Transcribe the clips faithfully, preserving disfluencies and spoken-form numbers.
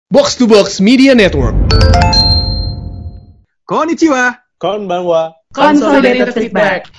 Box to Box Media Network. Konnichiwa. Konbanwa. Consolidated Feedback.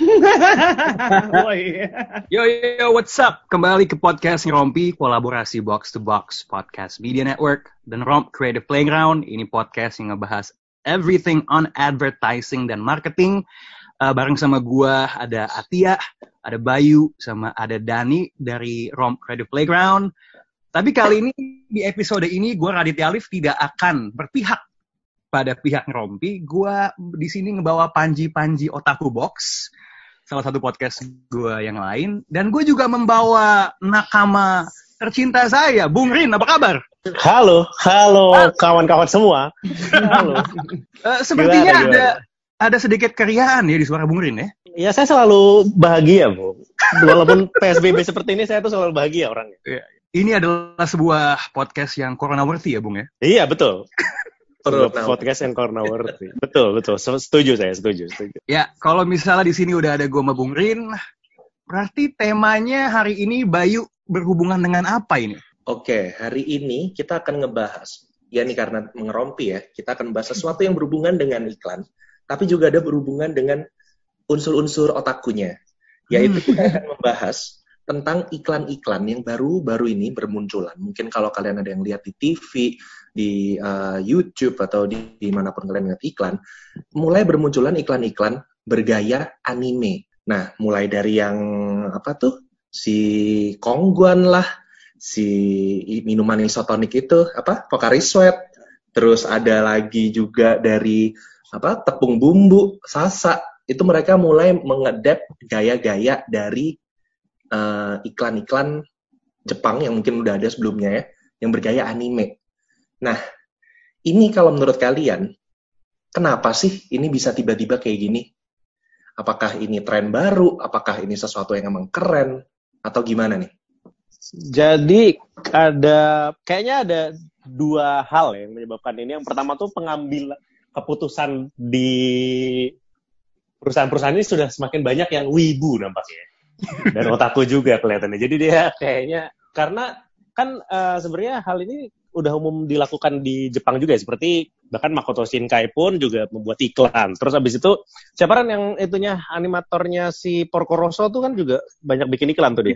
Oh, iya. Yo yo what's up? Kembali ke podcast Rompi, kolaborasi Box to Box Podcast Media Network dan Romp Creative Playground. Ini podcast yang ngebahas everything on advertising dan marketing. Uh, bareng sama gua ada Atia, ada Bayu, sama ada Dani dari Romp Creative Playground. Tapi kali ini di episode ini gua Raditya Alif tidak akan berpihak pada pihak Rompi. Gua di sini ngebawa Panji-Panji Otaku Box, salah satu podcast gua yang lain, dan gue juga membawa nakama tercinta saya, Bung Rin. Apa kabar? Halo, halo kawan-kawan semua. Halo. Uh, sepertinya Gimana, ada gimana? ada sedikit keriaan ya di suara Bung Rin ya. Ya saya selalu bahagia, Bu. Walaupun P S B B seperti ini, saya tuh selalu bahagia orangnya. Ya. Ini adalah sebuah podcast yang corona worthy ya, Bung ya? Iya, betul. Corona. Podcast yang corona worthy. Betul, betul. Setuju saya, setuju, setuju. Ya, kalau misalnya di sini udah ada gue sama Bung Rin, berarti temanya hari ini Bayu berhubungan dengan apa ini? Oke, hari ini kita akan ngebahas, ya nih karena mengerompi ya, kita akan membahas sesuatu yang berhubungan dengan iklan, tapi juga ada berhubungan dengan unsur-unsur otakunya. Yaitu kita akan membahas tentang iklan-iklan yang baru-baru ini bermunculan. Mungkin kalau kalian ada yang lihat di T V, di uh, YouTube, atau di dimanapun kalian lihat iklan, mulai bermunculan iklan-iklan bergaya anime. Nah, mulai dari yang apa tuh, si Kongguan lah, si minuman isotonik itu, apa, Pocari Sweat, terus ada lagi juga dari apa tepung bumbu, Sasa, itu mereka mulai mengedep gaya-gaya dari Uh, iklan-iklan Jepang yang mungkin udah ada sebelumnya ya, yang bergaya anime. Nah, ini kalau menurut kalian, kenapa sih ini bisa tiba-tiba kayak gini? Apakah ini tren baru? Apakah ini sesuatu yang emang keren? Atau gimana nih? Jadi ada, kayaknya ada dua hal yang menyebabkan ini. Yang pertama tuh pengambil keputusan di perusahaan-perusahaan ini sudah semakin banyak yang wibu nampaknya. Dan otaku juga kelihatannya. Jadi dia kayaknya, karena kan uh, sebenarnya hal ini udah umum dilakukan di Jepang juga ya. Seperti bahkan Makoto Shinkai pun juga membuat iklan. Terus abis itu siapa kan yang itunya animatornya si Porco Rosso tuh kan juga banyak bikin iklan tuh dia.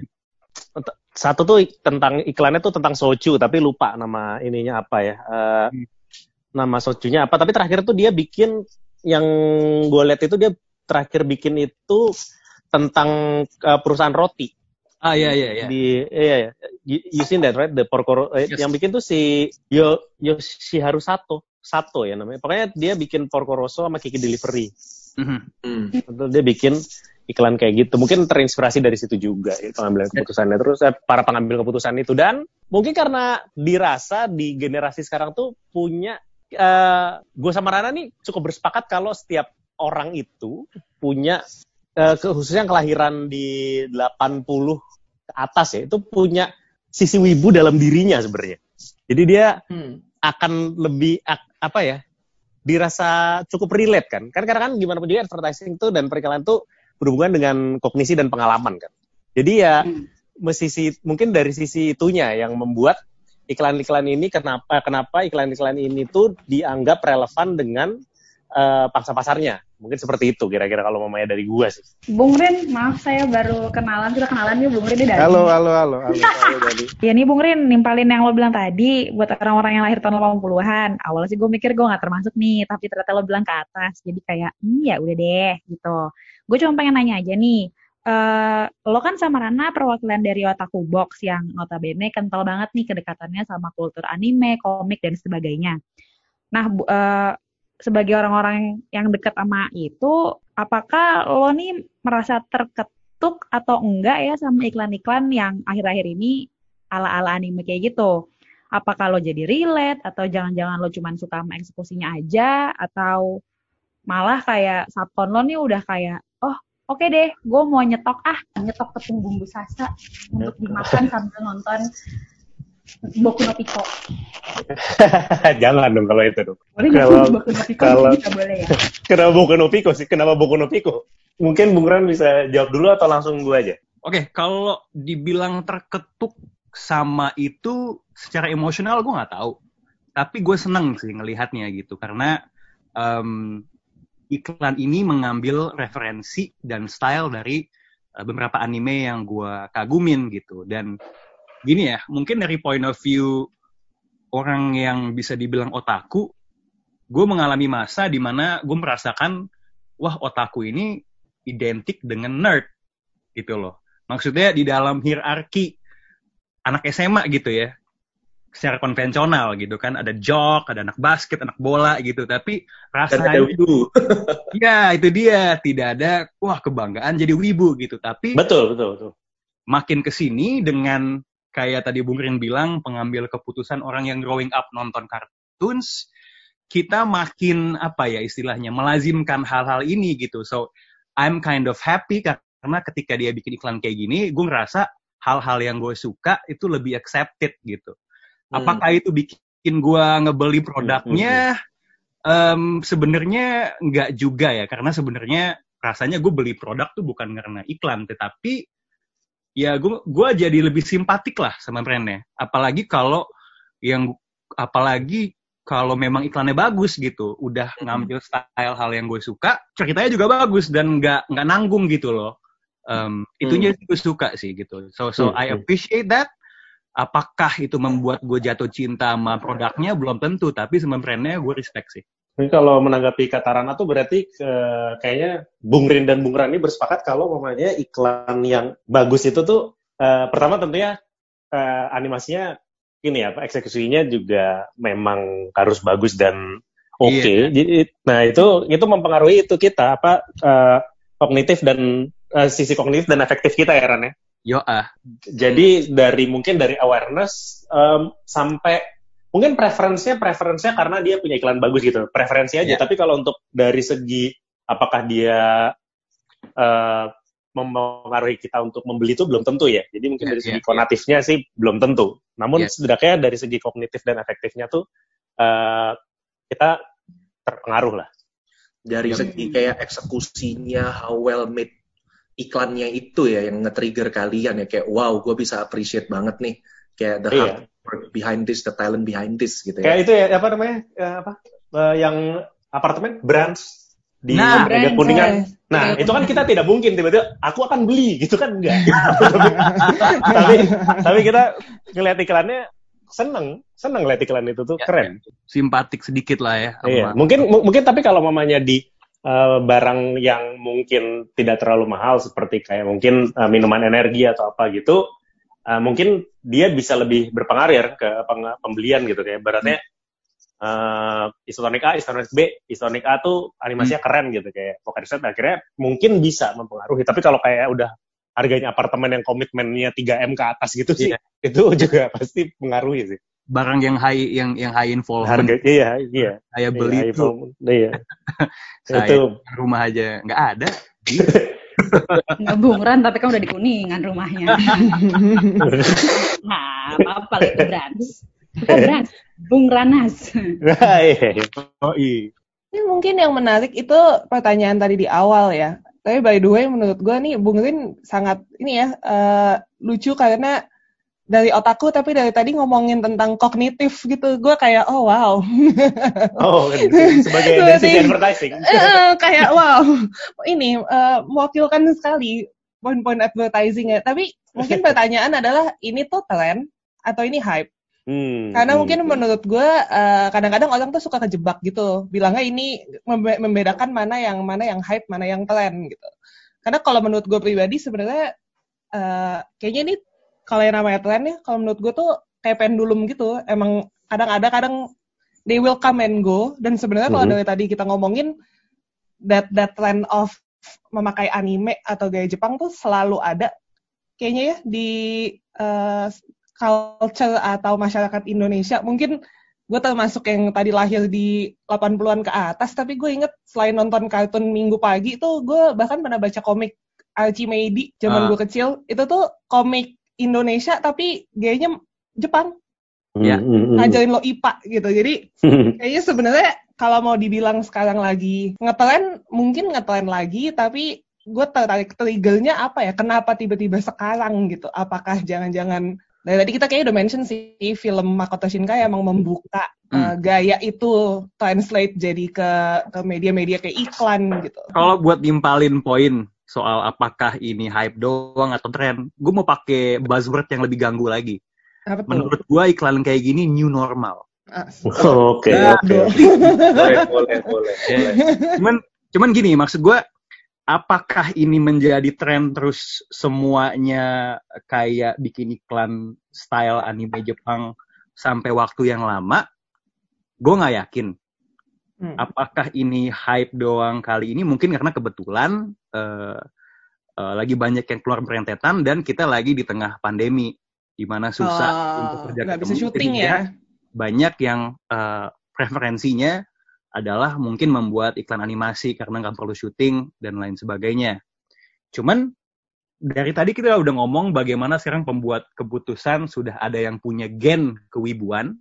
Satu tuh tentang iklannya tuh tentang soju, tapi lupa nama ininya apa ya. Uh, hmm. Nama sojunya apa. Tapi terakhir tuh dia bikin, yang gue lihat itu dia terakhir bikin itu tentang uh, perusahaan roti. Ah iya iya iya. Di iya ya. You, you seen that right? The Porco yes. Yang bikin tuh si Yo Yoshiharu Sato. Sato ya namanya. Pokoknya dia bikin Porco Rosso sama Kiki Delivery. Mm-hmm. Mm. Dia bikin iklan kayak gitu. Mungkin terinspirasi dari situ juga ya, pengambilan keputusannya. Terus eh, para pengambil keputusan itu, dan mungkin karena dirasa di generasi sekarang tuh punya uh, gue sama Rana nih cukup bersepakat kalau setiap orang itu punya Uh, khususnya yang kelahiran di delapan puluh ke atas ya, itu punya sisi wibu dalam dirinya sebenarnya. Jadi dia hmm. akan lebih ak, apa ya, dirasa cukup relate kan. Kan karena kan gimana pun juga advertising itu dan periklan itu berhubungan dengan kognisi dan pengalaman kan. Jadi ya hmm. sisi, mungkin dari sisi itunya yang membuat iklan-iklan ini kenapa kenapa iklan-iklan ini tuh dianggap relevan dengan uh, pangsa pasarnya. Mungkin seperti itu kira-kira kalau mamanya dari gua sih. Bung Rin, maaf saya baru kenalan, sudah kenalan nih Bung Rin ini dari. Halo, halo, halo, halo. halo Dani. Ya nih Bung Rin, nimpalin yang lo bilang tadi buat orang-orang yang lahir tahun delapan puluhan. Awalnya sih gue mikir gue gak termasuk nih, tapi ternyata lo bilang ke atas. Jadi kayak, hmm ya udah deh gitu. Gue cuma pengen nanya aja nih, uh, lo kan sama Rana perwakilan dari Otaku Box yang notabene kental banget nih kedekatannya sama kultur anime, komik, dan sebagainya. Nah, uh, sebagai orang-orang yang dekat sama itu, apakah lo nih merasa terketuk atau enggak ya sama iklan-iklan yang akhir-akhir ini ala-ala anime kayak gitu? Apakah lo jadi relate, atau jangan-jangan lo cuma suka sama eksekusinya aja, atau malah kayak subkon lo nih udah kayak, oh oke okay deh, gue mau nyetok ah, nyetok tepung bumbu Sasa untuk dimakan sambil nonton Boku no Pico. Jangan dong kalau itu dong. Boleh kalau Boku no Pico kalau bisa boleh ya. Kenapa Boku no Pico sih? Kenapa Boku no Pico? Mungkin Bung Ran bisa jawab dulu atau langsung gue aja? Oke, okay, kalau dibilang terketuk sama itu secara emosional gue nggak tahu. tapi gue seneng sih ngelihatnya gitu karena um, iklan ini mengambil referensi dan style dari uh, beberapa anime yang gue kagumin gitu. Dan gini ya, mungkin dari point of view orang yang bisa dibilang otaku, gue mengalami masa di mana gue merasakan, wah otaku ini identik dengan nerd gitu loh. Maksudnya di dalam hierarki anak S M A gitu ya, secara konvensional gitu kan, ada jock, ada anak basket, anak bola gitu, tapi rasanya wibu. Ya itu dia, tidak ada wah kebanggaan jadi wibu gitu, tapi betul betul betul. Makin kesini dengan kayak tadi Bung Rin bilang, pengambil keputusan orang yang growing up nonton cartoons, kita makin apa ya istilahnya melazimkan hal-hal ini gitu. So I'm kind of happy karena ketika dia bikin iklan kayak gini, gue ngerasa hal-hal yang gue suka itu lebih accepted gitu. Apakah hmm. itu bikin gue ngebeli produknya? Um, sebenarnya nggak juga ya, karena sebenarnya rasanya gue beli produk tuh bukan karena iklan, tetapi ya gue gue jadi lebih simpatik lah sama brandnya. Apalagi kalau yang apalagi kalau memang iklannya bagus gitu, udah ngambil style hal yang gue suka, ceritanya juga bagus dan nggak nggak nanggung gitu loh. Um, itunya hmm. gue suka sih gitu. So so hmm. I appreciate that. Apakah itu membuat gue jatuh cinta sama produknya? Belum tentu, tapi sama brandnya gue respect sih. Ini kalau menanggapi kata Rana tuh berarti uh, kayaknya Bung Rin dan Bung Rani bersepakat kalau namanya iklan yang bagus itu tuh uh, pertama tentunya uh, animasinya ini ya, eksekusinya juga memang harus bagus dan oke. Okay. Yeah. Nah itu itu mempengaruhi itu kita apa uh, kognitif dan uh, sisi kognitif dan efektif kita ya Ran ya. Yo ah. Jadi dari mungkin dari awareness um, sampai mungkin preferensinya preferensinya karena dia punya iklan bagus gitu, preferensi aja. Yeah. Tapi kalau untuk dari segi apakah dia uh, mempengaruhi kita untuk membeli itu belum tentu ya. Jadi mungkin yeah, dari segi yeah, konatifnya yeah. sih belum tentu. Namun yeah. setidaknya dari segi kognitif dan efektifnya tuh uh, kita terpengaruh lah. Dari yeah. segi kayak eksekusinya, how well made iklannya itu ya yang nge-trigger kalian ya, kayak wow gue bisa appreciate banget nih kayak the hard yeah. work behind this, the talent behind this gitu ya. Kayak itu ya apa namanya uh, apa uh, yang apartemen Brands di nah, Mega Kuningan. Nah, itu kan kita tidak mungkin tiba-tiba aku akan beli gitu kan enggak. tapi tapi kita ngeliat iklannya seneng, seneng ngeliat iklan itu tuh ya, keren. Ya. Simpatik sedikit lah ya. Iya, mungkin m- mungkin tapi kalau mamanya di Uh, barang yang mungkin tidak terlalu mahal seperti kayak mungkin uh, minuman energi atau apa gitu, uh, mungkin dia bisa lebih berpengaruh ya ke peng- pembelian gitu kayak beratnya uh, Isotonic A, Isotonic B, Isotonic A tuh animasinya hmm. keren gitu kayak Pocari Sweat akhirnya mungkin bisa mempengaruhi. Tapi kalau kayak udah harganya apartemen yang komitmennya tiga M ke atas gitu sih, yeah. itu juga pasti mengaruhi sih. Barang yang high yang yang high involvement. Harga iya iya. Saya beli iya, itu. Iya. Saya itu rumah aja nggak ada. Nggak Bungran tapi kan udah di Kuningan rumahnya. Nah, apa lagi Brands? Oh Brands, Bung Ranas. Oh iya. Ini mungkin yang menarik itu pertanyaan tadi di awal ya. Tapi by the way menurut gue nih Bung Rin sangat ini ya uh, lucu karena dari otakku tapi dari tadi ngomongin tentang kognitif gitu, gue kayak oh wow. Oh sebagai dari sisi advertising. Uh, kayak wow ini uh, mewakilkan sekali poin-poin advertising ya. Tapi mungkin pertanyaan adalah ini tuh tren atau ini hype? Hmm, Karena hmm, mungkin hmm. menurut gue uh, kadang-kadang orang tuh suka kejebak gitu, bilangnya ini membe- membedakan mana yang mana yang hype, mana yang tren gitu. Karena kalau menurut gue pribadi sebenarnya uh, kayaknya ini kalau yang namanya tren ya, kalau menurut gue tuh kayak pendulum gitu. Emang kadang ada, kadang they will come and go. Dan sebenarnya mm-hmm. kalau dari tadi kita ngomongin that that trend of memakai anime atau gaya Jepang tuh selalu ada. Kayaknya ya di uh, culture atau masyarakat Indonesia. Mungkin gue termasuk yang tadi lahir di delapan puluhan ke atas, tapi gue inget selain nonton kartun Minggu Pagi tuh gue bahkan pernah baca komik Archimedi zaman uh. gue kecil. Itu tuh komik Indonesia tapi gayanya Jepang. Ya. Ngajarin lo I P A gitu. Jadi kayaknya sebenarnya kalau mau dibilang sekarang lagi ngetren, mungkin ngetren lagi, tapi gue tertarik triggernya apa ya? Kenapa tiba-tiba sekarang gitu? Apakah jangan-jangan dari tadi kita kayaknya udah mention sih film Makoto Shinkai emang membuka uh, gaya itu translate jadi ke ke media-media kayak iklan gitu. Kalau buat nimpalin poin soal apakah ini hype doang atau tren, gue mau pakai buzzword yang lebih ganggu lagi. Apa tuh? Menurut gue iklan kayak gini new normal. Oke, oke. Boleh, boleh, boleh. Cuman, cuman gini, maksud gue, apakah ini menjadi tren terus semuanya kayak bikin iklan style anime Jepang sampai waktu yang lama? Gue nggak yakin. Hmm. Apakah ini hype doang kali ini? Mungkin karena kebetulan uh, uh, lagi banyak yang keluar berentetan dan kita lagi di tengah pandemi, di mana susah oh, untuk kerja nggak bisa syuting ya. Banyak yang uh, preferensinya adalah mungkin membuat iklan animasi karena nggak perlu syuting dan lain sebagainya. Cuman dari tadi kita udah ngomong bagaimana sekarang pembuat keputusan sudah ada yang punya gen kewibuan.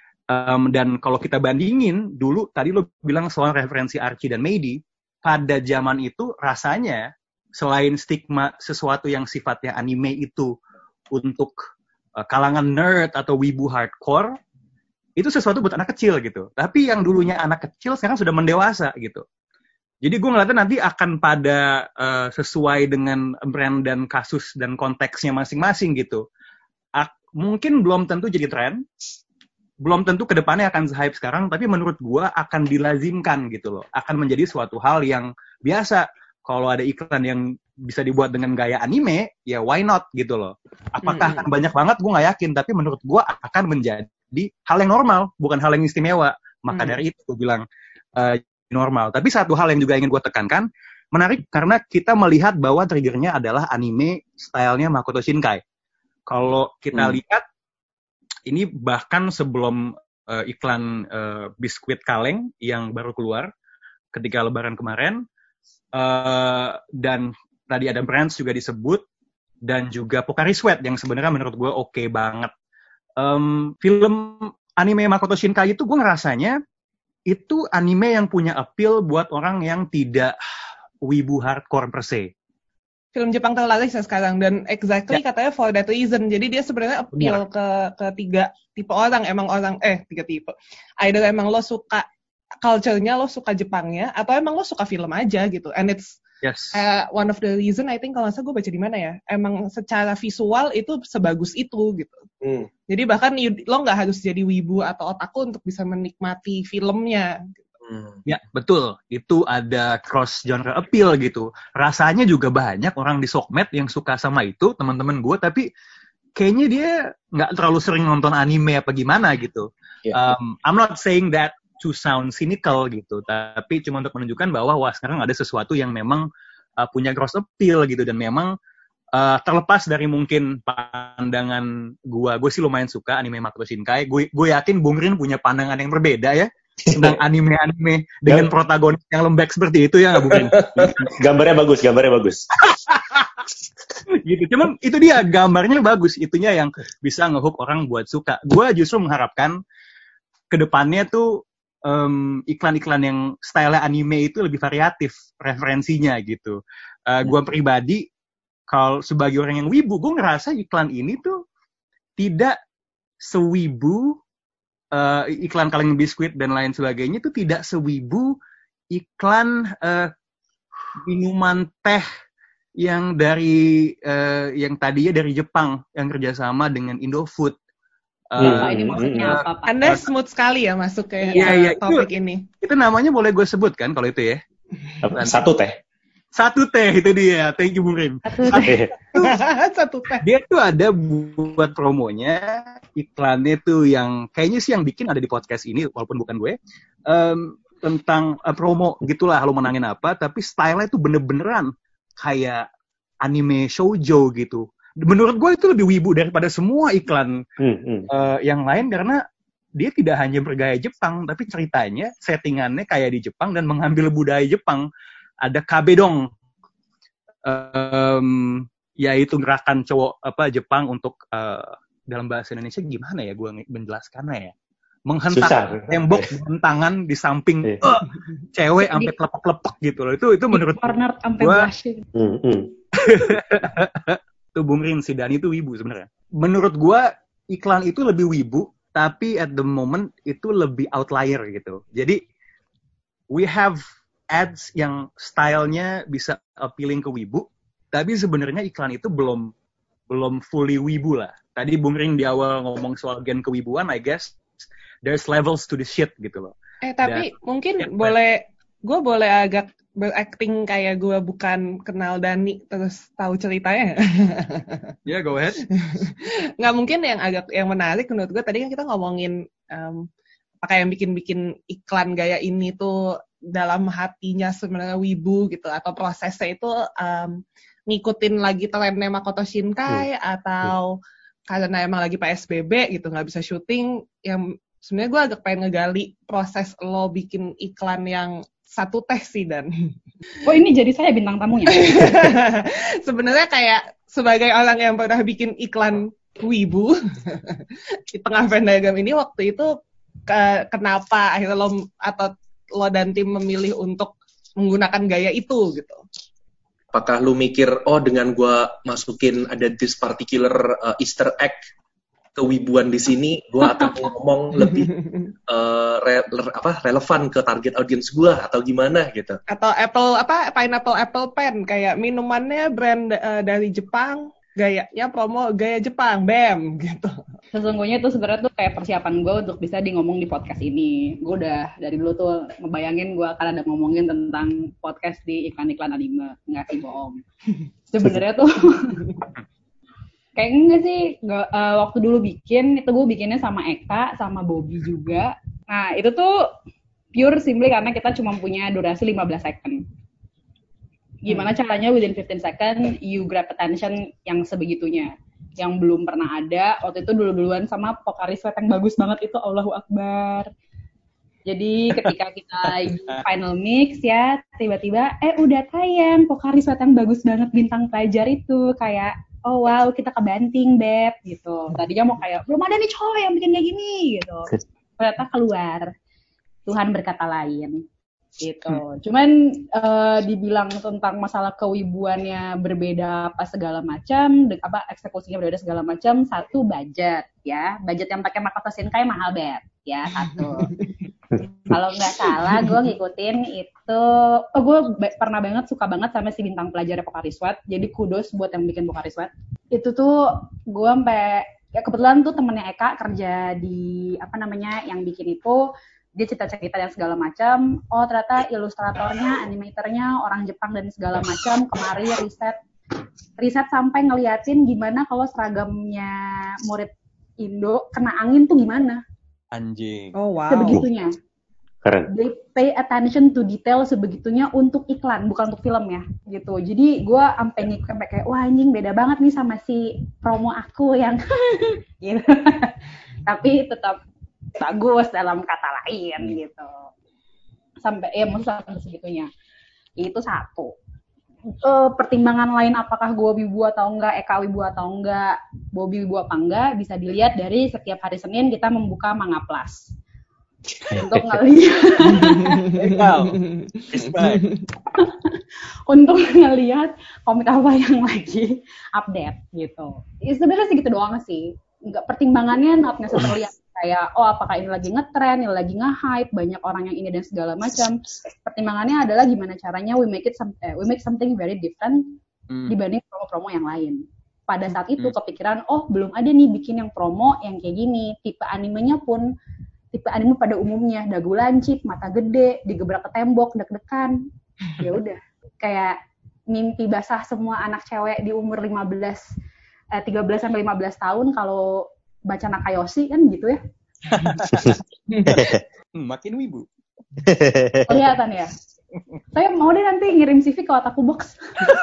Um, dan kalau kita bandingin, dulu tadi lo bilang soal referensi Archie dan Meidi, pada zaman itu rasanya selain stigma sesuatu yang sifatnya anime itu untuk uh, kalangan nerd atau wibu hardcore, itu sesuatu buat anak kecil gitu. Tapi yang dulunya anak kecil sekarang sudah mendewasa gitu. Jadi gue ngeliatnya nanti akan pada uh, sesuai dengan brand dan kasus dan konteksnya masing-masing gitu. A- mungkin belum tentu jadi tren, belum tentu kedepannya akan se-hype sekarang, tapi menurut gue akan dilazimkan gitu loh. Akan menjadi suatu hal yang biasa. Kalau ada iklan yang bisa dibuat dengan gaya anime, ya why not gitu loh. Apakah akan banyak banget? Gue gak yakin, tapi menurut gue akan menjadi hal yang normal, bukan hal yang istimewa. Maka hmm. dari itu gue bilang uh, normal. Tapi satu hal yang juga ingin gue tekankan, menarik karena kita melihat bahwa triggernya adalah anime stylenya Makoto Shinkai. Kalau kita hmm. lihat, ini bahkan sebelum uh, iklan uh, biskuit kaleng yang baru keluar ketika Lebaran kemarin, uh, dan tadi ada Brands juga disebut, dan juga Pocari Sweat yang sebenarnya menurut gue oke okay banget. Um, film anime Makoto Shinkai itu gue ngerasanya itu anime yang punya appeal buat orang yang tidak wibu hardcore per se. Film Jepang terlaris ya sekarang, dan exactly ya. Katanya for that reason. Jadi dia sebenarnya appeal ke ke tiga tipe orang. Emang orang eh tiga tipe. Either emang lo suka culture-nya, lo suka Jepangnya, atau emang lo suka film aja gitu. And it's yes. uh, one of the reason I think kalau nggak salah gue baca di mana ya. Emang secara visual itu sebagus itu gitu. Hmm. Jadi bahkan you, lo nggak harus jadi wibu atau otaku untuk bisa menikmati filmnya. Gitu. Hmm. Ya, betul. Itu ada cross genre appeal gitu. Rasanya juga banyak orang di Sokmed yang suka sama itu, teman-teman gue, tapi kayaknya dia nggak terlalu sering nonton anime apa gimana gitu. Yeah. Um, I'm not saying that to sound cynical gitu, tapi cuma untuk menunjukkan bahwa wah sekarang ada sesuatu yang memang uh, punya cross appeal gitu, dan memang uh, terlepas dari mungkin pandangan gue, gue sih lumayan suka anime Makoto Shinkai. Gue gue yakin Bung Rin punya pandangan yang berbeda ya tentang anime-anime dengan Gam- protagonis yang lembek seperti itu ya nggak mungkin. Gambarnya bagus, gambarnya bagus. Gitu. Cuman itu dia gambarnya bagus, itunya yang bisa ngehook orang buat suka. Gue justru mengharapkan kedepannya tuh um, iklan-iklan yang style anime itu lebih variatif referensinya gitu. Uh, gue pribadi kalau sebagai orang yang wibu, gue ngerasa iklan ini tuh tidak sewibu Uh, iklan kaleng biskuit dan lain sebagainya itu tidak sewibu iklan uh, minuman teh yang dari uh, yang tadinya dari Jepang yang kerjasama dengan Indofood. Uh, hmm. Ini maksudnya uh, apa? Pak? Anda smooth sekali ya masuk ke iya, iya, topik itu, ini. Itu namanya boleh gue sebut kan kalau itu ya? Satu teh. Satu teh itu dia. Thank you Bung Rim. Satu teh. Satu teh. Dia tuh ada buat promonya, iklannya tuh yang kayaknya sih yang bikin ada di podcast ini walaupun bukan gue. Um, tentang uh, promo gitulah, lo menangin apa, tapi style-nya tuh bener-beneran kayak anime shoujo gitu. Menurut gue itu lebih wibu daripada semua iklan hmm, hmm. Uh, yang lain karena dia tidak hanya bergaya Jepang, tapi ceritanya, settingannya kayak di Jepang dan mengambil budaya Jepang. Ada kabedong, um, yaitu gerakan cowok apa Jepang untuk uh, dalam bahasa Indonesia gimana ya gue menjelaskannya ya, menghentak tembok dengan tangan di samping uh, cewek sampai kelepek-kelepek gitu loh. Itu itu menurut gue itu Bung Rin si Dani itu wibu sebenarnya. Menurut gue iklan itu lebih wibu, tapi at the moment itu lebih outlier gitu. Jadi we have ads yang stylenya bisa appealing ke wibu, tapi sebenarnya iklan itu belum belum fully wibu lah. Tadi Bung Ring di awal ngomong soal gen kewibuan, I guess there's levels to the shit gitu loh. Eh tapi Dan, mungkin ya, boleh, gue boleh agak beracting kayak gue bukan kenal Dani terus tahu ceritanya. Ya, yeah, go ahead. Nggak mungkin yang agak yang menarik menurut gue tadi kan kita ngomongin um, apakah yang bikin-bikin iklan gaya ini tuh dalam hatinya sebenarnya wibu gitu atau prosesnya itu um, ngikutin lagi trennya Makoto Shinkai hmm. atau karena emang lagi P S B B gitu nggak bisa syuting. Yang sebenarnya gue agak pengen ngegali proses lo bikin iklan yang satu teh sih Dan. Oh ini jadi saya bintang tamunya. Sebenarnya kayak sebagai orang yang pernah bikin iklan wibu di tengah Venn diagram ini waktu itu ke, kenapa akhirnya lo atau lo dan tim memilih untuk menggunakan gaya itu gitu? Apakah lu mikir oh dengan gue masukin ada this particular uh, Easter egg kewibuan di sini, gue akan ngomong lebih uh, re, re, apa relevan ke target audience gue atau gimana gitu? Atau Apple apa pineapple apple pen kayak minumannya brand uh, dari Jepang, gayanya promo gaya Jepang, bam gitu. Sesungguhnya itu sebenarnya tuh kayak persiapan gue untuk bisa di ngomong di podcast ini. Gue udah dari dulu tuh ngebayangin gue akan ada ngomongin tentang podcast di iklan-iklan anime, nggak sih bohong. Sebenarnya tuh. Kayaknya enggak sih, gak, uh, waktu dulu bikin, itu gue bikinnya sama Eka, sama Bobby juga. Nah, itu tuh pure simply karena kita cuma punya durasi lima belas second. Gimana hmm. caranya within fifteen second, you grab attention yang sebegitunya. Yang belum pernah ada, waktu itu dulu-duluan sama Pocari Sweat yang bagus banget itu, Allahu Akbar. Jadi ketika kita final mix ya, tiba-tiba, eh udah tayang Pocari Sweat yang bagus banget bintang pelajar itu, kayak oh wow, kita kebanting, Beb, gitu. Tadinya mau kayak, belum ada nih cowok yang bikin kayak gini, gitu. Ternyata keluar. Tuhan berkata lain, gitu. Hmm. Cuman, uh, dibilang tentang masalah kewibuannya berbeda apa segala macam, de- apa eksekusinya berbeda segala macam, satu, budget, ya. Budget yang pakai Makoto Shinkai mahal, Beb, ya, satu. Kalau nggak salah, gue ngikutin itu, oh gue ba- pernah banget suka banget sama si bintang pelajar Pocari Sweat. Jadi kudos buat yang bikin Pocari Sweat. Itu tuh gue sampai, ya kebetulan tuh temennya Eka kerja di apa namanya yang bikin itu, dia cerita-cerita dan segala macam. Oh ternyata ilustratornya, animatornya orang Jepang dan segala macam. Kemari riset, riset sampai ngeliatin gimana kalau seragamnya murid Indo kena angin tuh gimana. Anjing. Oh wow. Sebegitunya. Keren. They pay attention to detail sebegitunya untuk iklan, bukan untuk film ya, gitu. Jadi gue sampai ngikut sampai kayak wah anjing beda banget nih sama si promo aku yang gitu. Tapi tetap bagus dalam kata lain gitu. Sampai ya maksudnya sampai segitunya. Itu satu. Uh, pertimbangan lain apakah gue wibu atau enggak, Eka wibu atau enggak, Bobby wibu apa enggak, bisa dilihat dari setiap hari Senin kita membuka Manga Plus untuk ngelihat untuk ngelihat komik apa yang lagi update gitu. Ya, sebenarnya segitu doang sih. Enggak, pertimbangannya not necessarily kayak oh apakah ini lagi ngetren, ini lagi nge-hype, banyak orang yang ini dan segala macam. Pertimbangannya adalah gimana caranya we make it some, eh, we make something very different hmm. dibanding promo-promo yang lain. Pada saat itu hmm. kepikiran oh belum ada nih bikin yang promo yang kayak gini. Tipe animenya pun tipe anime pada umumnya dagu lancip, mata gede, digebrak ke tembok, deg-degan. Ya udah, kayak mimpi basah semua anak cewek di umur lima belas eh, tiga belas sampai lima belas tahun kalau baca Nakayoshi kan gitu ya. Makin wibu. Kelihatan ya. Saya mau deh nanti ngirim C V ke Otaku Box.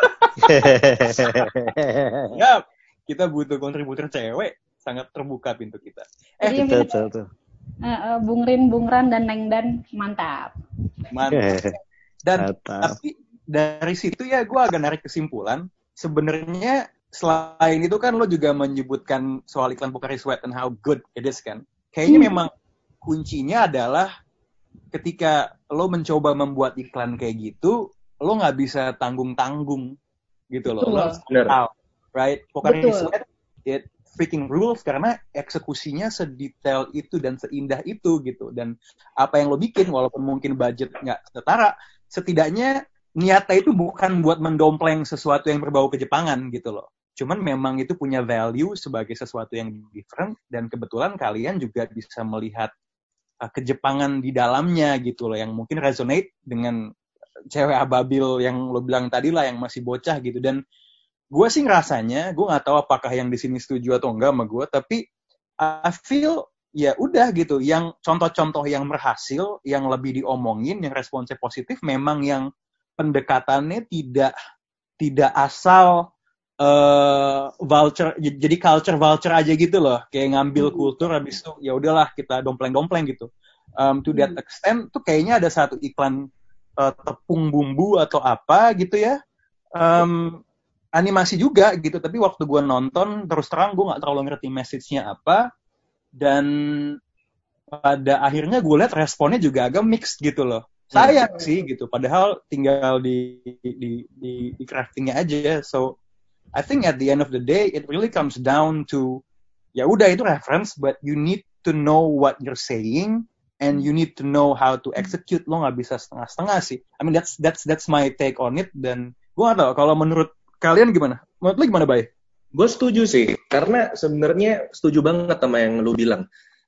Ya, kita butuh kontributor cewek, sangat terbuka pintu kita. Eh, iya, betul tuh. Uh, uh, Bung Rin, Bung Ran, dan Neng Dan, mantap. Mantap. Dan mantap. Tapi dari situ ya gue agak narik kesimpulan, sebenarnya selain itu kan lo juga menyebutkan soal iklan Pocari Sweat and how good it is kan. Kayaknya hmm. memang kuncinya adalah ketika lo mencoba membuat iklan kayak gitu, lo nggak bisa tanggung-tanggung gitu loh. Lo benar. Right? Pocari Sweat, it freaking rules karena eksekusinya sedetail itu dan seindah itu gitu. Dan apa yang lo bikin walaupun mungkin budget nggak setara, setidaknya niatnya itu bukan buat mendompleng sesuatu yang berbau kejepangan gitu loh. Cuman memang itu punya value sebagai sesuatu yang different dan kebetulan kalian juga bisa melihat uh, kejepangan di dalamnya gitu loh yang mungkin resonate dengan cewek ababil yang lo bilang tadi lah yang masih bocah gitu. Dan gue sih ngerasanya, gue nggak tahu apakah yang di sini setuju atau enggak sama gue, tapi I feel ya udah gitu. Yang contoh-contoh yang berhasil, yang lebih diomongin, yang responsnya positif, memang yang pendekatannya tidak tidak asal Uh, vulture, jadi culture vulture aja gitu loh, kayak ngambil kultur habis itu ya udahlah kita dompleng-dompleng gitu. Um, to that extent tuh kayaknya ada satu iklan uh, tepung bumbu atau apa gitu ya, um, animasi juga gitu. Tapi waktu gue nonton terus terang gue nggak terlalu ngerti message-nya apa, dan pada akhirnya gue lihat responnya juga agak mixed gitu loh. Sayang sih gitu, padahal tinggal di di di, di craftingnya aja. So I think at the end of the day, it really comes down to, ya udah itu reference, but you need to know what you're saying, and you need to know how to execute. Lo nggak bisa setengah-setengah sih. I mean that's that's that's my take on it. Dan gue nggak tahu kalau menurut kalian gimana? Menurut lo gimana, Bay? Gue setuju sih, karena sebenarnya setuju banget sama yang lo bilang.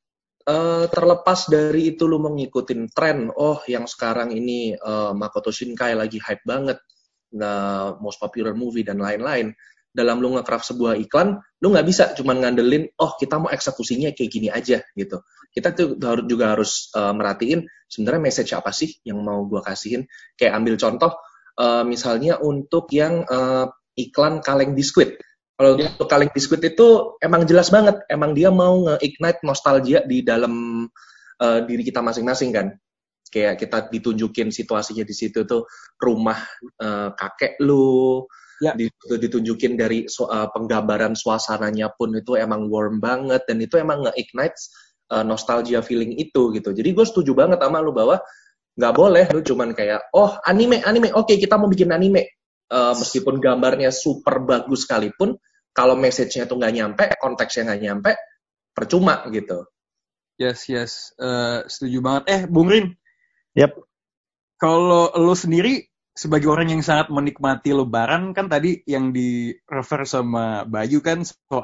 Uh, terlepas dari itu lo mau ngikutin tren, oh yang sekarang ini uh, Makoto Shinkai lagi hype banget, nah, most popular movie dan lain-lain. Dalam lu nge-craft sebuah iklan, lu nggak bisa cuma ngandelin, oh kita mau eksekusinya kayak gini aja gitu. Kita tuh juga harus uh, merhatiin sebenarnya message apa sih yang mau gua kasihin. Kayak ambil contoh, uh, misalnya untuk yang uh, iklan kaleng biskuit. Kalau yeah. untuk kaleng biskuit itu emang jelas banget, emang dia mau nge-ignite nostalgia di dalam uh, diri kita masing-masing kan. Kayak kita ditunjukin situasinya di situ tuh rumah uh, kakek lu, ya. Ditunjukin dari so, uh, penggambaran suasananya pun itu emang warm banget, dan itu emang nge-ignite uh, nostalgia feeling itu gitu. Jadi gue setuju banget sama lu bahwa nggak boleh lu cuman kayak oh anime anime oke okay, kita mau bikin anime uh, meskipun gambarnya super bagus sekalipun kalau message-nya tuh nggak nyampe, konteksnya nggak nyampe, percuma gitu. Yes yes uh, setuju banget. Eh Bung Rin. Yap. Kalau lo sendiri sebagai orang yang sangat menikmati Lebaran, kan tadi yang di refer sama Bayu kan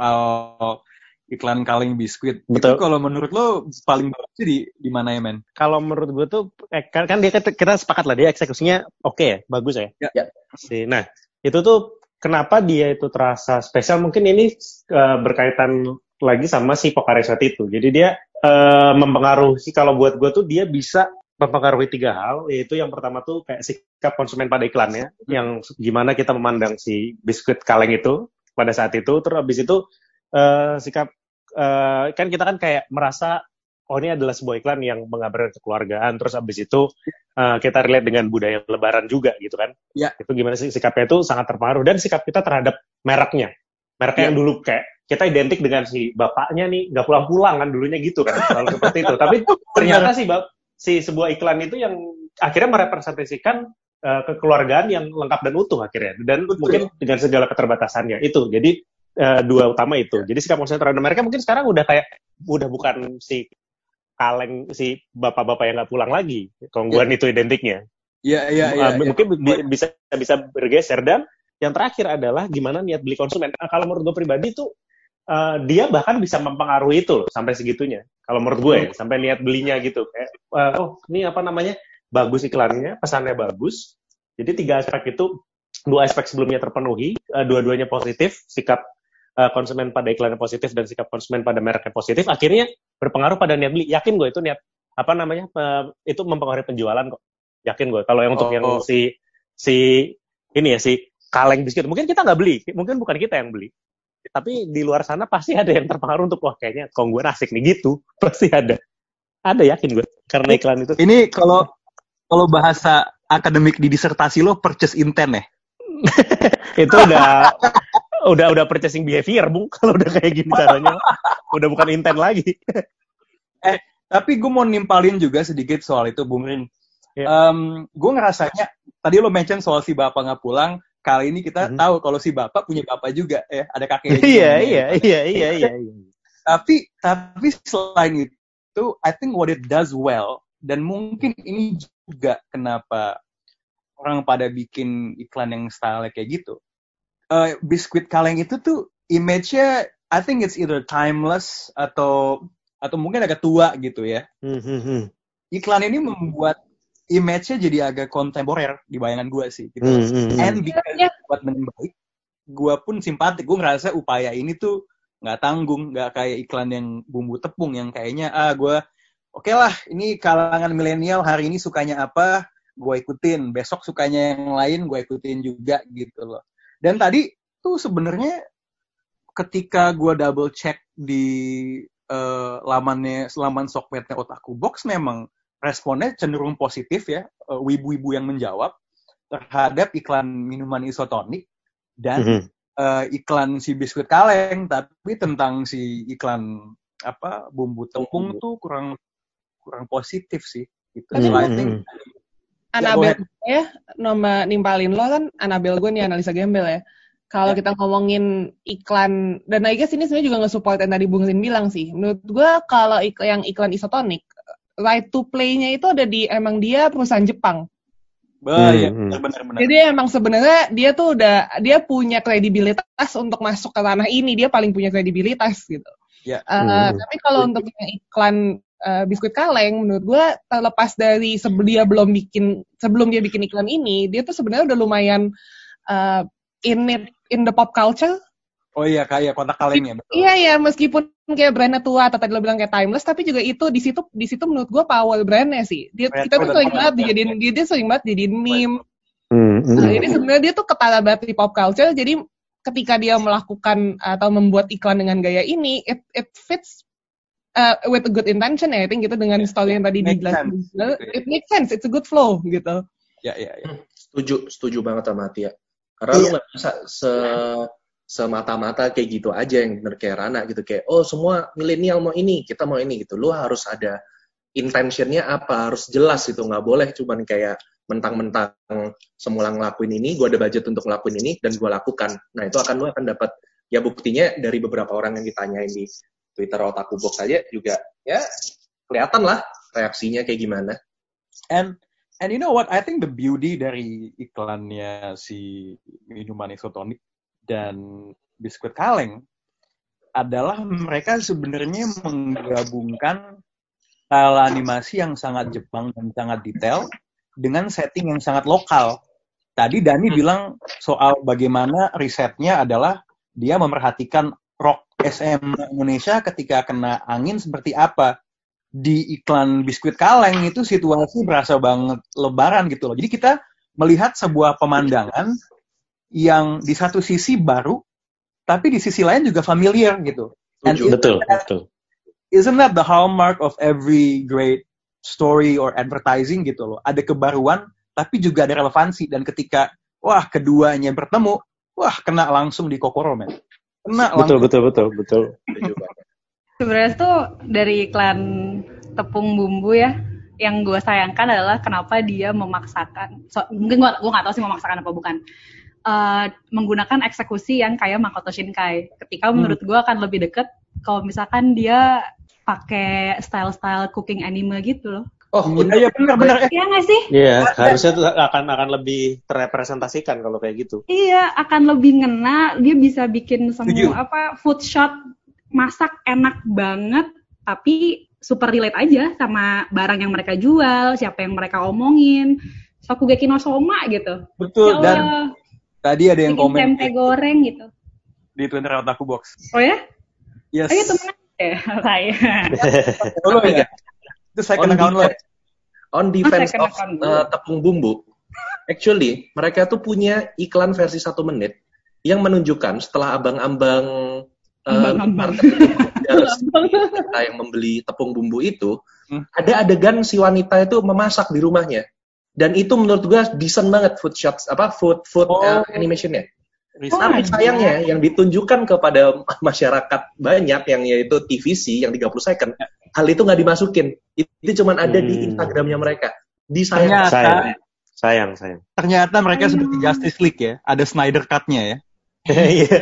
soal iklan kaleng biskuit. Betul. Itu kalau menurut lo paling bagus di di mana ya, men? Kalau menurut gue tuh eh, kan, kan dia kita sepakat lah dia eksekusinya oke okay ya, bagus ya. Ya. Nah, itu tuh kenapa dia itu terasa spesial? Mungkin ini uh, berkaitan lagi sama si Pokaresat itu. Jadi dia uh, mempengaruhi, kalau buat gue tuh dia bisa mempengaruhi tiga hal, yaitu yang pertama tuh kayak sikap konsumen pada iklannya, hmm. yang gimana kita memandang si biskuit kaleng itu pada saat itu, terus habis itu uh, sikap, uh, kan kita kan kayak merasa, oh ini adalah sebuah iklan yang mengabarkan kekeluargaan, terus habis itu uh, kita relate dengan budaya Lebaran juga gitu kan, ya. Itu gimana sih sikapnya itu sangat terpengaruh, dan sikap kita terhadap mereknya, mereknya ya. Yang dulu kayak, kita identik dengan si bapaknya nih, nggak pulang-pulang kan dulunya gitu kan, selalu seperti itu, tapi ternyata sih bap si sebuah iklan itu yang akhirnya merepresentasikan uh, kekeluargaan yang lengkap dan utuh akhirnya, dan Betul. Mungkin dengan segala keterbatasannya itu. Jadi uh, dua utama itu. Jadi sikap konsumen terhadap mereka mungkin sekarang udah kayak udah bukan si kaleng si bapak-bapak yang nggak pulang lagi. Kongguan ya. Itu identiknya. Iya iya iya. Uh, mungkin ya. bisa bisa bergeser, dan yang terakhir adalah gimana niat beli konsumen. Nah, kalau menurut gue pribadi itu Uh, dia bahkan bisa mempengaruhi itu loh, sampai segitunya. Kalau menurut gue ya, sampai niat belinya gitu. Kayak, uh, oh ini apa namanya, bagus iklannya, pesannya bagus. Jadi tiga aspek itu, dua aspek sebelumnya terpenuhi, uh, dua-duanya positif, sikap uh, konsumen pada iklannya positif dan sikap konsumen pada mereknya positif, akhirnya berpengaruh pada niat beli. Yakin gue itu niat, apa namanya, uh, itu mempengaruhi penjualan kok. Yakin gue. Kalau yang untuk oh, yang oh. si, si, ini ya, si kaleng biskuit, mungkin kita nggak beli, mungkin bukan kita yang beli. Tapi di luar sana pasti ada yang terpengaruh untuk wah kayaknya kongguan asik nih gitu, pasti ada, ada yakin gue karena iklan itu. Ini kalau kalau bahasa akademik di disertasi lo purchase intent ya? Itu udah udah udah purchasing behavior Bung, kalau udah kayak gini caranya, udah bukan intent lagi. eh tapi gue mau nimpalin juga sedikit soal itu Bung Rin. Yeah. Um, gue ngerasanya tadi lo mention soal si bapak nggak pulang. kali ini kita hmm. tahu kalau si bapak punya bapak juga ya, ada kakeknya juga. Iya, iya, iya, iya, iya, iya. Tapi tapi selain itu, I think what it does well, dan mungkin ini juga kenapa orang pada bikin iklan yang style kayak gitu. Uh, biskuit kaleng itu tuh image-nya, I think it's either timeless atau atau mungkin agak tua gitu ya. Mm-hmm. Iklan ini membuat image-nya jadi agak kontemporer di bayangan gue sih. Gitu. Mm-hmm. And because yeah. buat dengan baik, gue pun simpatik. Gue ngerasa upaya ini tuh nggak tanggung, nggak kayak iklan yang bumbu tepung yang kayaknya ah gue oke okay lah, ini kalangan milenial hari ini sukanya apa, gue ikutin. Besok sukanya yang lain, gue ikutin juga gitu loh. Dan tadi tuh sebenarnya ketika gue double check di uh, lamannya, laman sokpetnya Otaku Box, memang responnya cenderung positif ya, uh, wibu-wibu yang menjawab terhadap iklan minuman isotonik dan mm-hmm. uh, iklan si biskuit kaleng, tapi tentang si iklan apa bumbu tepung tuh kurang kurang positif sih gitu. Mm-hmm. So I think Anabel ya, nama nimpalin lo kan Anabel gue nih analisa gembel ya. Kalau kita ngomongin iklan, dan I guess ini sebenarnya juga nge-support yang tadi Bung Zin bilang sih. Menurut gue kalau ik- yang iklan isotonik, right to play-nya itu ada di, emang dia perusahaan Jepang. Bah, hmm, ya, benar-benar. Jadi emang sebenarnya dia tuh udah, dia punya kredibilitas untuk masuk ke tanah ini, dia paling punya kredibilitas gitu. Ya. Uh, hmm. Tapi kalau untuk yang iklan uh, biskuit kaleng, menurut gue terlepas dari sebelum dia belum bikin, sebelum dia bikin iklan ini, dia tuh sebenarnya udah lumayan uh, in it, in the pop culture. Oh iya, kayak kotak kaleng ya. Betul. Iya iya, meskipun kayak brandnya tua atau tadi lo bilang kayak timeless, tapi juga itu di situ di situ menurut gue power brandnya sih. Dia brand kita tuh sering banget dijadiin dia, dia sering banget dijadiin meme. Hmm, nah, jadi sebenarnya dia tuh ketara banget di pop culture. Jadi ketika dia melakukan atau membuat iklan dengan gaya ini, it it fits uh, with a good intention ya. I think gitu dengan story yang tadi dijelasin. It makes sense, it's a good flow gitu. Ya ya ya. Setuju, setuju banget sama Tia. Karena lu nggak bisa se semata-mata kayak gitu aja yang bener kayak Rana gitu, kayak oh semua milenial mau ini, kita mau ini gitu. Lu harus ada intentionnya apa, harus jelas itu, nggak boleh cuman kayak mentang-mentang semula ngelakuin ini, gue ada budget untuk ngelakuin ini dan gue lakukan. Nah itu akan lu akan dapat ya buktinya dari beberapa orang yang ditanyain di Twitter Otaku Box aja juga ya kelihatan lah reaksinya kayak gimana. And And you know what? I think the beauty dari iklannya si minuman isotonik dan biskuit kaleng adalah mereka sebenarnya menggabungkan style animasi yang sangat Jepang dan sangat detail dengan setting yang sangat lokal. Tadi Dani bilang soal bagaimana risetnya adalah dia memerhatikan rock S M Indonesia ketika kena angin seperti apa. Di iklan biskuit kaleng itu situasi berasa banget lebaran gitu loh. Jadi kita melihat sebuah pemandangan yang di satu sisi baru, tapi di sisi lain juga familiar gitu. And betul, that, betul. Isn't that the hallmark of every great story or advertising gitu loh? Ada kebaruan, tapi juga ada relevansi. Dan ketika, wah keduanya bertemu, wah kena langsung di kokoro, men. Kena betul, langsung. Betul, betul, betul, betul. Sebenarnya tuh dari iklan tepung bumbu ya, yang gue sayangkan adalah kenapa dia memaksakan, so, mungkin gue gue nggak tahu sih memaksakan apa bukan, uh, menggunakan eksekusi yang kayak Makoto Shinkai. Ketika menurut gue akan lebih deket kalau misalkan dia pakai style-style cooking anime gitu loh. Oh iya benar-benar. Iya nggak sih? Iya, harusnya tuh akan akan lebih terrepresentasikan kalau kayak gitu. Iya, akan lebih ngena. Dia bisa bikin semua Tujuh. apa food shot. Masak enak banget, tapi super relate aja sama barang yang mereka jual, siapa yang mereka omongin, Shokugeki no Soma gitu. Betul, ya dan tadi ada yang komen tempe goreng gitu. Di Twitter Otaku Box. Oh ya? Yes. Oh iya teman ya, saya. Oh ya. Itu second account lo. On defense oh, of uh, tepung bumbu, actually mereka tuh punya iklan versi satu menit yang menunjukkan setelah abang-abang Uh, kita yang membeli tepung bumbu itu hmm. ada adegan si wanita itu memasak di rumahnya dan itu menurut gue decent banget food shots apa food food oh. uh, animationnya. Oh, tapi sayangnya yang ditunjukkan kepada masyarakat banyak yang yaitu T V C yang tiga puluh second hal itu nggak dimasukin, itu, itu cuma ada hmm. di Instagramnya mereka. Disayangkan. Ternyata, Sayang, sayang. Ternyata mereka Ayo. seperti Justice League ya, ada Snyder Cut-nya ya. Iya.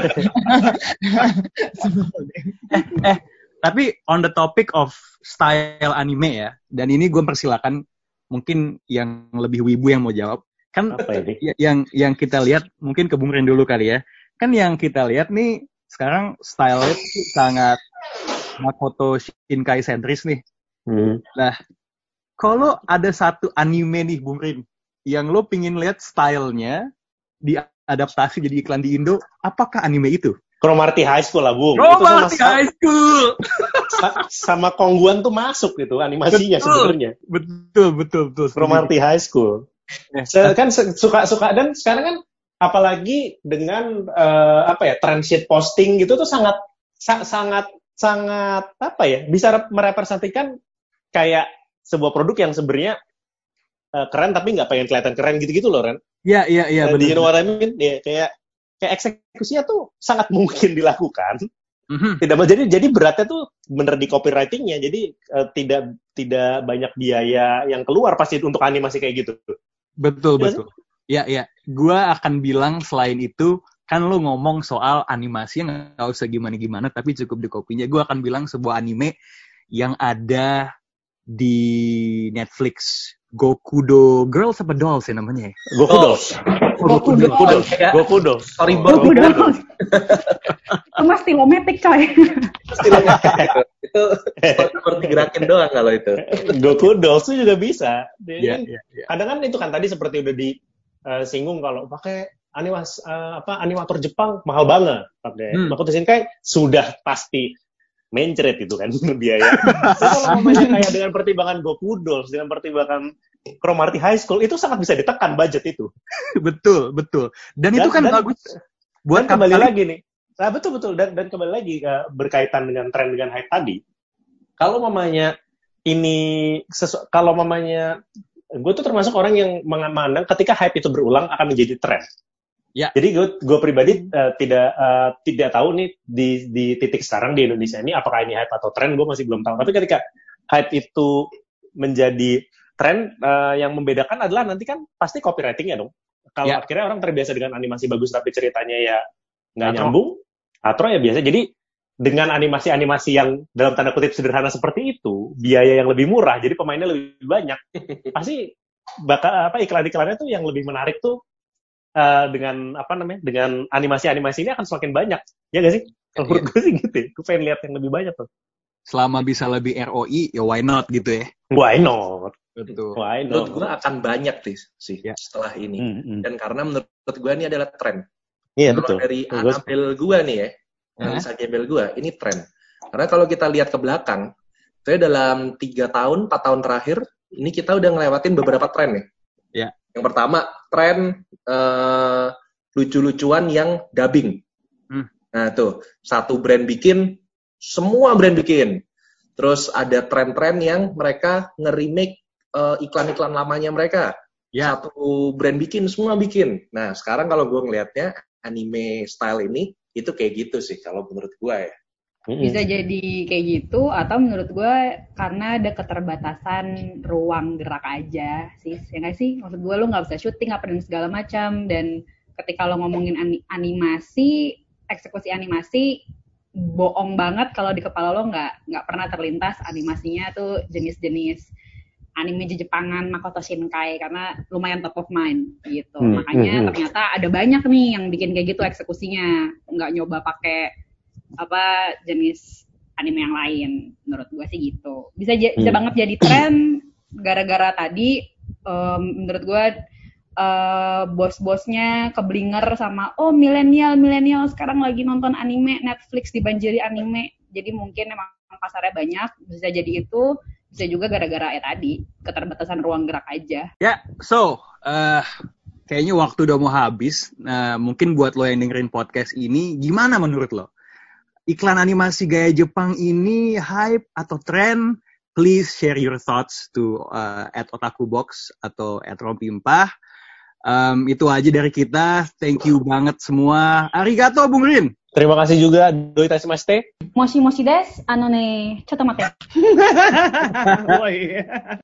eh, eh, tapi on the topic of style anime ya, dan ini gue persilakan mungkin yang lebih wibu yang mau jawab. Kan apa ini? yang yang kita lihat mungkin ke Bung Rin dulu kali ya. Kan yang kita lihat nih sekarang style-nya sangat Makoto Shinkai sentris nih. Hmm. Nah, kalau ada satu anime nih Bung Rin yang lo pingin lihat style-nya diadaptasi jadi iklan di Indo, apakah anime itu? Cromartie High School lah, Bung. Cromartie High School. Sama Kongguan tuh masuk gitu animasinya sebenarnya. Betul, betul, betul. Cromartie High School. Eh, kan suka-suka dan sekarang kan apalagi dengan uh, apa ya trend shit posting gitu tuh sangat sa- sangat sangat apa ya bisa merepresentasikan kayak sebuah produk yang sebenarnya uh, keren tapi nggak pengen kelihatan keren gitu-gitu loh Ren. Iya iya iya. Di you know what I mean? Ya, kayak kayak eksekusinya tuh sangat mungkin dilakukan. Mm-hmm. Tidak jadi jadi beratnya tuh bener di copywritingnya. Jadi uh, tidak tidak banyak biaya yang keluar pasti untuk animasi kayak gitu. Betul ya, betul. Ya ya. Gua akan bilang selain itu kan lu ngomong soal animasi yang nggak usah gimana-gimana tapi cukup di kopinya. Gua akan bilang sebuah anime yang ada di Netflix. Gokudo Girls apa Dolls ya namanya ya? Gokudo. Gokudo. Gokudo. Gokudo. Storyboard Gokudo. Itu mas stilometik coy. Stilometik itu storyboard digerakin doang kalau itu. Gokudo itu juga bisa. Iya, iya, iya. Kadang kan itu kan tadi seperti udah disinggung uh, kalau pakai animas uh, apa animator Jepang mahal banget pakai hmm. Makoto Shinkai sudah pasti mencret itu kan biaya. Tapi kalau ngomongnya kayak dengan pertimbangan Gokudo, dengan pertimbangan Cromartie High School itu sangat bisa ditekan budget itu. betul, betul. Dan, dan itu kan dan, bagus. Buat dan kembali kali... lagi nih. Nah, betul betul dan dan kembali lagi uh, berkaitan dengan tren dengan hype tadi. Kalau mamanya ini sesu- kalau mamanya gue tuh termasuk orang yang memandang ketika hype itu berulang akan menjadi tren. Ya. Jadi gue gue pribadi uh, tidak uh, tidak tahu nih di di titik sekarang di Indonesia ini apakah ini hype atau tren, gue masih belum tahu. Tapi ketika hype itu menjadi tren, uh, yang membedakan adalah nanti kan pasti copywriting-nya dong. Kalau ya. Akhirnya orang terbiasa dengan animasi bagus tapi ceritanya ya nggak nyambung, atau ya biasa. Jadi dengan animasi-animasi yang dalam tanda kutip sederhana seperti itu, biaya yang lebih murah, jadi pemainnya lebih banyak. Pasti bakal apa iklan-iklannya tuh yang lebih menarik tuh. Uh, dengan apa namanya dengan animasi-animasi ini akan semakin banyak ya nggak sih kalau menurut gue sih gitu ya. Gue pengen lihat yang lebih banyak tuh selama bisa lebih R O I ya why not gitu ya why not betul why not menurut gue akan banyak tis, sih ya. Setelah ini mm-hmm. Dan karena menurut gue ini adalah tren iya betul dari Anabel gue nih ya Anissa Gembel gue ini tren karena kalau kita lihat ke belakang saya dalam tiga tahun empat tahun terakhir ini kita udah ngelewatin beberapa tren nih ya. Yang pertama, tren uh, lucu-lucuan yang dubbing. Hmm. Nah tuh, satu brand bikin, semua brand bikin. Terus ada tren-tren yang mereka nge-remake uh, iklan-iklan lamanya mereka. Ya. Satu brand bikin, semua bikin. Nah sekarang kalau gue ngelihatnya, anime style ini, itu kayak gitu sih kalau menurut gue ya. Bisa jadi kayak gitu atau menurut gue karena ada keterbatasan ruang gerak aja sih, ya nggak sih? Maksud gue lo nggak bisa syuting apa dan segala macam dan ketika lo ngomongin animasi, eksekusi animasi bohong banget kalau di kepala lo nggak nggak pernah terlintas animasinya tuh jenis-jenis anime Jepangan Makoto Shinkai karena lumayan top of mind gitu. Hmm, Makanya hmm, ternyata ada banyak nih yang bikin kayak gitu eksekusinya, nggak nyoba pakai apa jenis anime yang lain. Menurut gue sih gitu. Bisa j- bisa hmm. banget jadi tren gara-gara tadi um, menurut gue uh, bos-bosnya keblinger sama oh milenial milenial sekarang lagi nonton anime, Netflix dibanjiri anime. Jadi mungkin emang pasarnya banyak, bisa jadi itu. Bisa juga gara-gara ya tadi keterbatasan ruang gerak aja. Ya, yeah, so uh, kayaknya waktu udah mau habis. Nah, mungkin buat lo yang dengerin podcast ini, gimana menurut lo? Iklan animasi gaya Jepang ini hype atau tren? Please share your thoughts to uh, at otakubox atau at rompimpah. Um, itu aja dari kita. Thank you banget semua. Arigato, Bung Rin. Terima kasih juga, Doi Tashimaste. Moshi moshi desu. Ano ne, choto mate.